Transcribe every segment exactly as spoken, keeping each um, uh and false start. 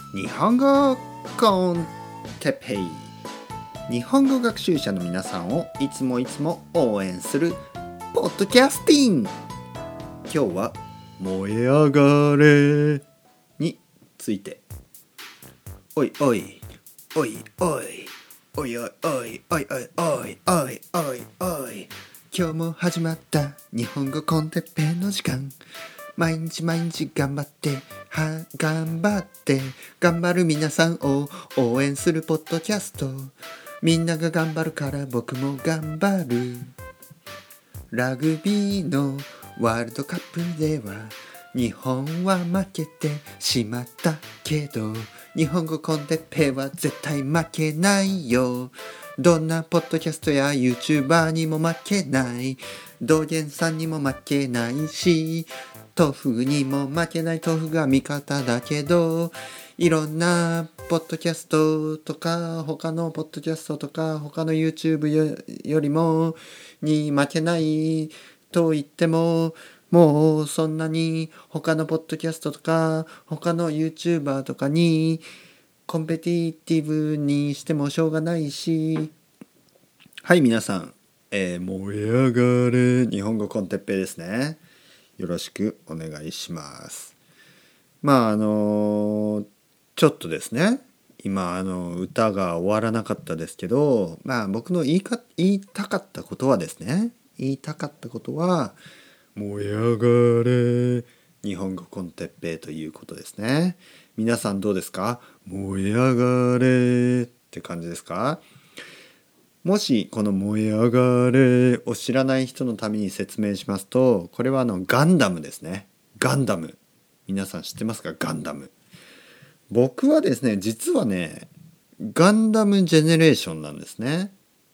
日本語コンテッペイ、日本語学習者の皆さんをいつもいつも応援するポッドキャスティング。今日は燃え上がれについて。おいおいおいおいおいおいおいおいおいおいおいおいおい、今日も始まった日本語コンテッペイの時間。毎日毎日頑張っては頑張って頑張る皆さんを応援するポッドキャスト。みんなが頑張るから僕も頑張る。ラグビーのワールドカップでは日本は負けてしまったけど、日本語コンテッペイは絶対負けないよ。どんなポッドキャストや YouTuber にも負けない、道元さんにも負けないし、豆腐にも負けない。豆腐が味方だけど、いろんなポッドキャストとか他のポッドキャストとか他の YouTube よ, よりもに負けないと言っても、もうそんなに他のポッドキャストとか他の YouTuber とかにコンペティティブにしてもしょうがないし。はい皆さん、えー、燃え上がれ日本語コンテッペイですね。よろしくお願いします。まああのちょっとですね、今あの歌が終わらなかったですけど、まあ僕の言いか言いたかったことはですね言いたかったことは燃え上がれ日本語コンテッペイということですね。皆さんどうですか？燃え上がれって感じですか？もしこの燃え上がれを知らない人のために説明しますと、これはあのガンダムですね。ガンダム。皆さん知ってますか？ガンダム。僕はですね、実はね、ガンダムジェネレーションなんですね。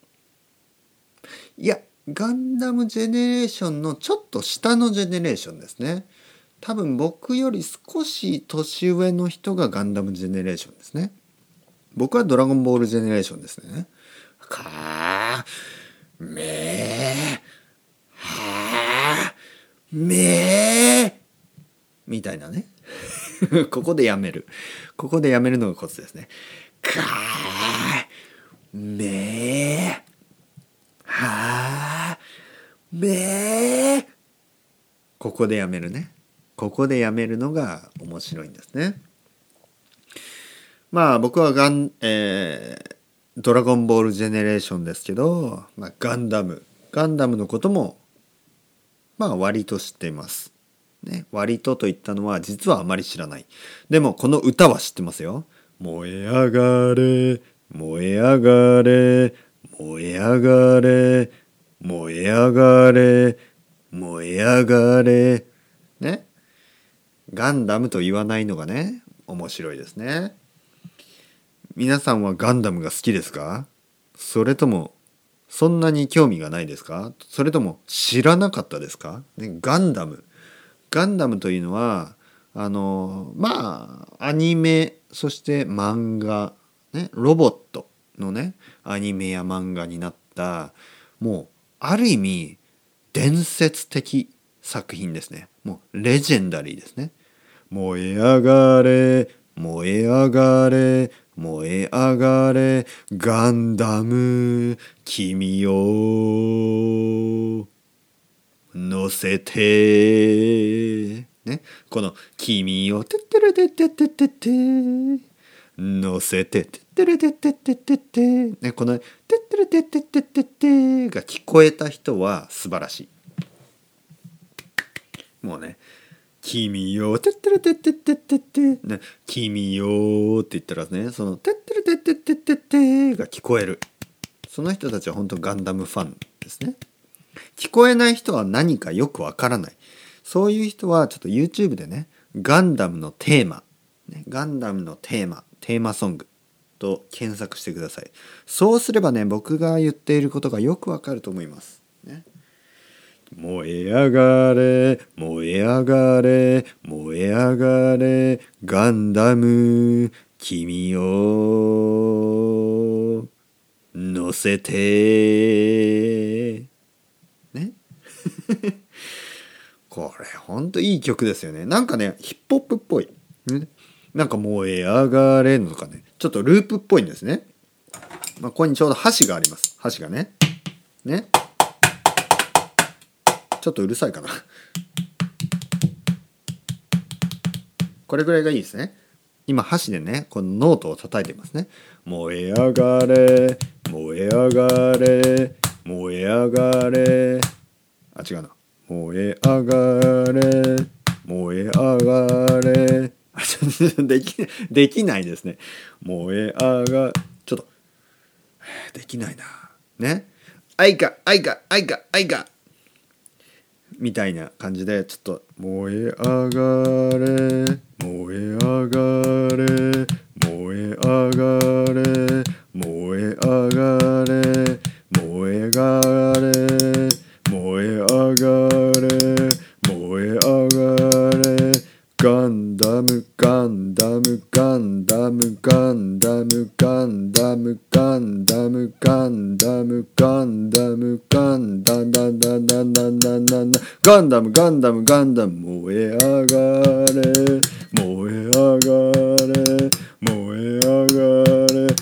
いや、ガンダムジェネレーションのちょっと下のジェネレーションですね。多分僕より少し年上の人がガンダムジェネレーションですね。僕はドラゴンボールジェネレーションですね。かーめーはーめーみたいなねここでやめるここでやめるのがコツですね。かーめーはーめーここでやめるね。ここでやめるのが面白いんですね。まあ僕はガン、えードラゴンボールジェネレーションですけど、まあ、ガンダムガンダムのこともまあ割と知っています、ね、割とと言ったのは実はあまり知らない。でもこの歌は知ってますよ。燃え上がれ燃え上がれ燃え上がれ燃え上がれ燃え上がれね。ガンダムと言わないのがね面白いですね。皆さんはガンダムが好きですか？それともそんなに興味がないですか？それとも知らなかったですか？ね、ガンダムガンダムというのはあのまあアニメそして漫画、ね、ロボットのねアニメや漫画になったもうある意味伝説的作品ですね。もうレジェンダリーですね。燃え上がれ燃え上がれ燃え上がれガンダム君を乗せてね、この君をてってれてってってってって乗せててってれてってってってってね、このてってれてってってってってが聞こえた人は素晴らしい。もうね君よてってれてってってってってね、君よって言ったらね、そのてってれてってってってってが聞こえる。その人たちは本当ガンダムファンですね。聞こえない人は何かよくわからない。そういう人はちょっと YouTube でね、ガンダムのテーマ、ね、ガンダムのテーマ、テーマソングと検索してください。そうすればね、僕が言っていることがよくわかると思います。ね。燃え上がれ燃え上がれ燃え上がれガンダム君を乗せてねこれほんといい曲ですよね。なんかねヒップホップっぽい、ね、 なんか燃え上がれのとかね、ちょっとループっぽいんですね。まあ、ここにちょうど箸があります。箸がね。ね。ちょっとうるさいかな。これぐらいがいいですね。今箸でね、このノートを叩いてますね。燃え上がれ、燃え上がれ、燃え上がれ。あ、違うな。燃え上がれ、燃え上がれ。あ、でき、できないですね。燃え上が、ちょっと、できないな。ね。あいが、あいが、あいが、あいが。みたいな感じで、ちょっと、燃え上がれ、燃え上がれ、燃え上がれ、燃え上がれ、燃え上がれ、燃え上がれ、燃え上がれ、ガンダムガンダムガンダムガンダムガンダムガンダムガンダムガンダムガンダンダンダンダンダンダンダンダンガンダムガンダムガンダム燃え上がれ燃え上がれ燃え上がれ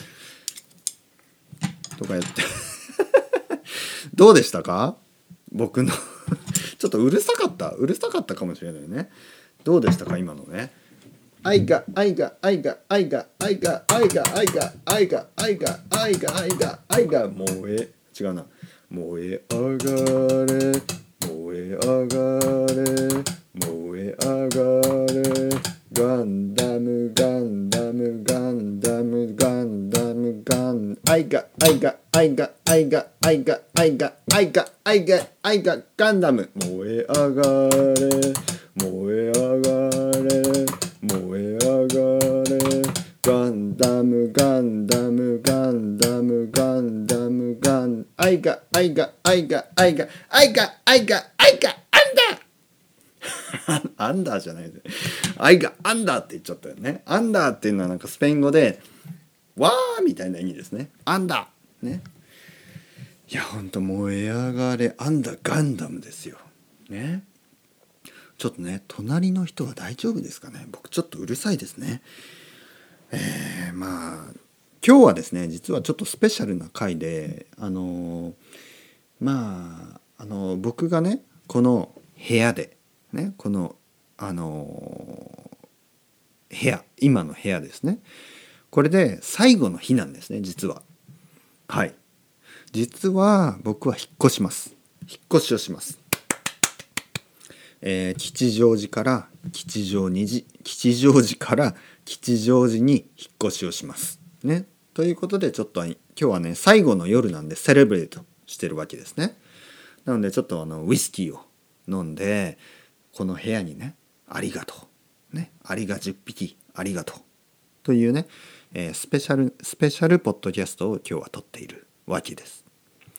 とかやってどうでしたか？僕のちょっとうるさかったうるさかったかもしれないね。どうでしたか今のね。愛が愛が愛が愛が愛が愛が愛が愛が愛が愛が愛が愛が燃え違うな燃え上がれ燃え上がれ燃え上がれガンダムガンダムガンダムガンダムガン愛が愛が愛が愛が愛が愛が愛が愛が愛がガンダム燃え上がれ燃え上がれ燃え上がれガンダムガンダムガンダムガンダムガン愛が愛が愛が愛が愛が愛が愛がアンダーアンダーじゃないです愛がアンダーって言っちゃったよね。アンダーっていうのはなんかスペイン語でわーみたいな意味ですね。アンダーね。いやほんと燃え上がれアンダーガンダムですよね。ちょっとね隣の人は大丈夫ですかね。僕ちょっとうるさいですね。えー、まあ今日はですね実はちょっとスペシャルな回であのまああの僕がねこの部屋でねこのあの部屋今の部屋ですねこれで最後の日なんですね実は。はい実は僕は引っ越します引っ越しをします。えー、吉祥寺から吉祥寺吉祥寺から吉祥寺に引っ越しをしますね。ということでちょっと今日はね最後の夜なんでセレブレートしてるわけですね。なのでちょっとあのウイスキーを飲んでこの部屋にねありがとうねアリがじゅっぴきありがとうというね、えー、スペシャルスペシャルポッドキャストを今日は撮っているわけです。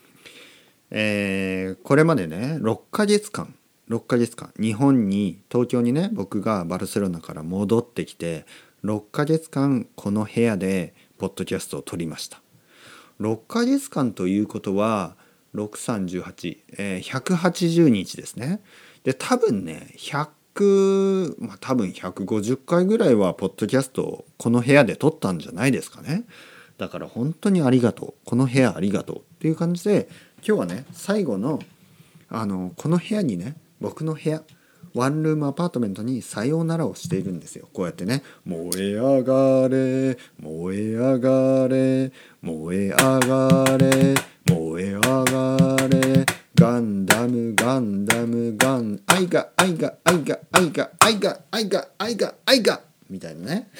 えー、これまでねろっかげつかんろっかげつかん日本に東京にね僕がバルセロナから戻ってきてろっかげつかんこの部屋でポッドキャストを撮りました。ろっかげつかんということはろく、さん、じゅうはち、えー、ひゃくはちじゅうにちですね。で多分ねひゃくまあ多分ひゃくごじゅっかいぐらいはポッドキャストをこの部屋で撮ったんじゃないですかね。だから本当にありがとうこの部屋ありがとうっていう感じで今日はね最後のあのこの部屋にね僕の部屋ワンルームアパートメントにさようならをしているんですよ。こうやってね燃え上がれ燃え上がれ燃え上がれ燃え上がれガンダムガンダムガン愛が愛が愛が愛が愛が愛が愛が愛がみたいなね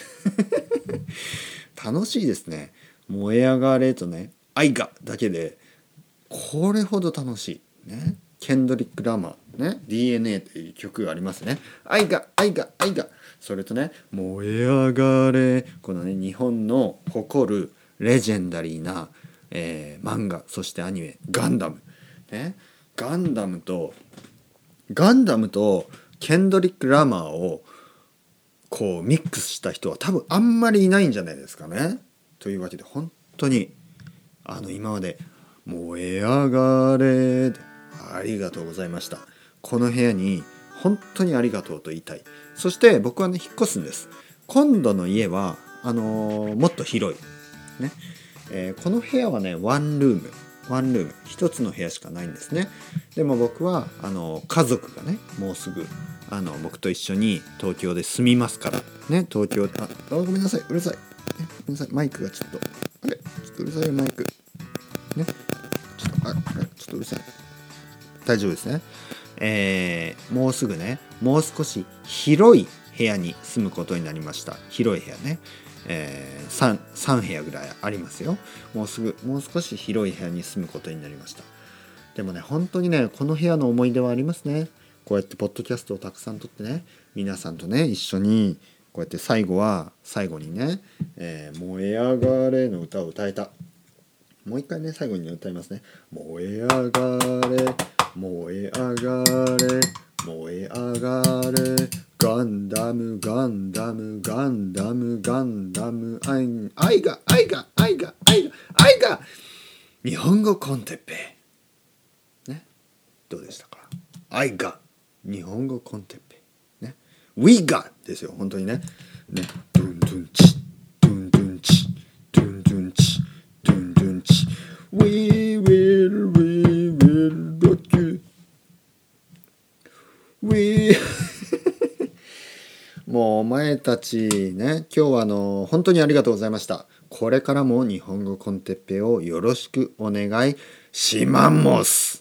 楽しいですね。燃え上がれとね愛がだけでこれほど楽しいね。ケンドリック・ラマーね ディーエヌエー という曲がありますね。愛が愛が愛がそれとね燃え上がれこのね日本の誇るレジェンダリーな、えー、漫画そしてアニメガンダムねガンダムとガンダムとケンドリック・ラマーをこうミックスした人は多分あんまりいないんじゃないですかね。というわけで本当にあの今まで燃え上がれありがとうございました。この部屋に本当にありがとうと言いたい。そして僕はね引っ越すんです。 今度の家はあのーもっと広いね、えーこの部屋はねワンルームワンルーム一つの部屋しかないんですね。でも僕はあの家族がねもうすぐあの僕と一緒に東京で住みますからね。東京ああごめんなさいうるさい、ね、ごめんなさいマイクがちょっとあれちょっとうるさいマイクねちょっとああちょっとうるさい大丈夫ですね。えー、もうすぐねもう少し広い部屋に住むことになりました。広い部屋ね、えー、3, さん部屋ぐらいありますよ。もうすぐもう少し広い部屋に住むことになりました。でもね本当にねこの部屋の思い出はありますね。こうやってポッドキャストをたくさん撮ってね皆さんとね一緒にこうやって最後は最後にね、えー、燃え上がれの歌を歌えた。もう一回ね最後に歌いますね。燃え上がれ燃え上がれ燃え上がれガンダムガンダムガンダムガンダム愛愛が愛が愛が愛が愛が日本語コンテッペイねどうでしたか。愛が日本語コンテッペイね We がですよ本当にねねドゥンドゥンチドゥンドゥンチドゥンドゥンチドゥンドゥンチ We will we will rock you We もうお前たちね今日はあの本当にありがとうございました。これからも日本語コンテッペイをよろしくお願いします。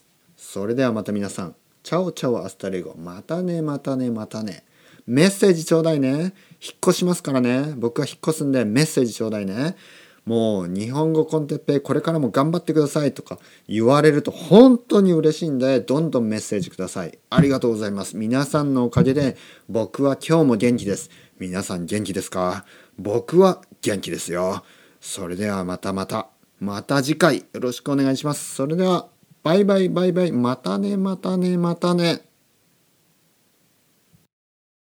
それではまた皆さんチャオチャオアスタレゴまたねまたねまたね。メッセージちょうだいね。引っ越しますからね。僕は引っ越すんでメッセージちょうだいね。もう日本語コンテッペイこれからも頑張ってくださいとか言われると本当に嬉しいんでどんどんメッセージください。ありがとうございます。皆さんのおかげで僕は今日も元気です。皆さん元気ですか。僕は元気ですよ。それではまたまたまた次回よろしくお願いします。それではバイバイバイバイまたねまたねまたね。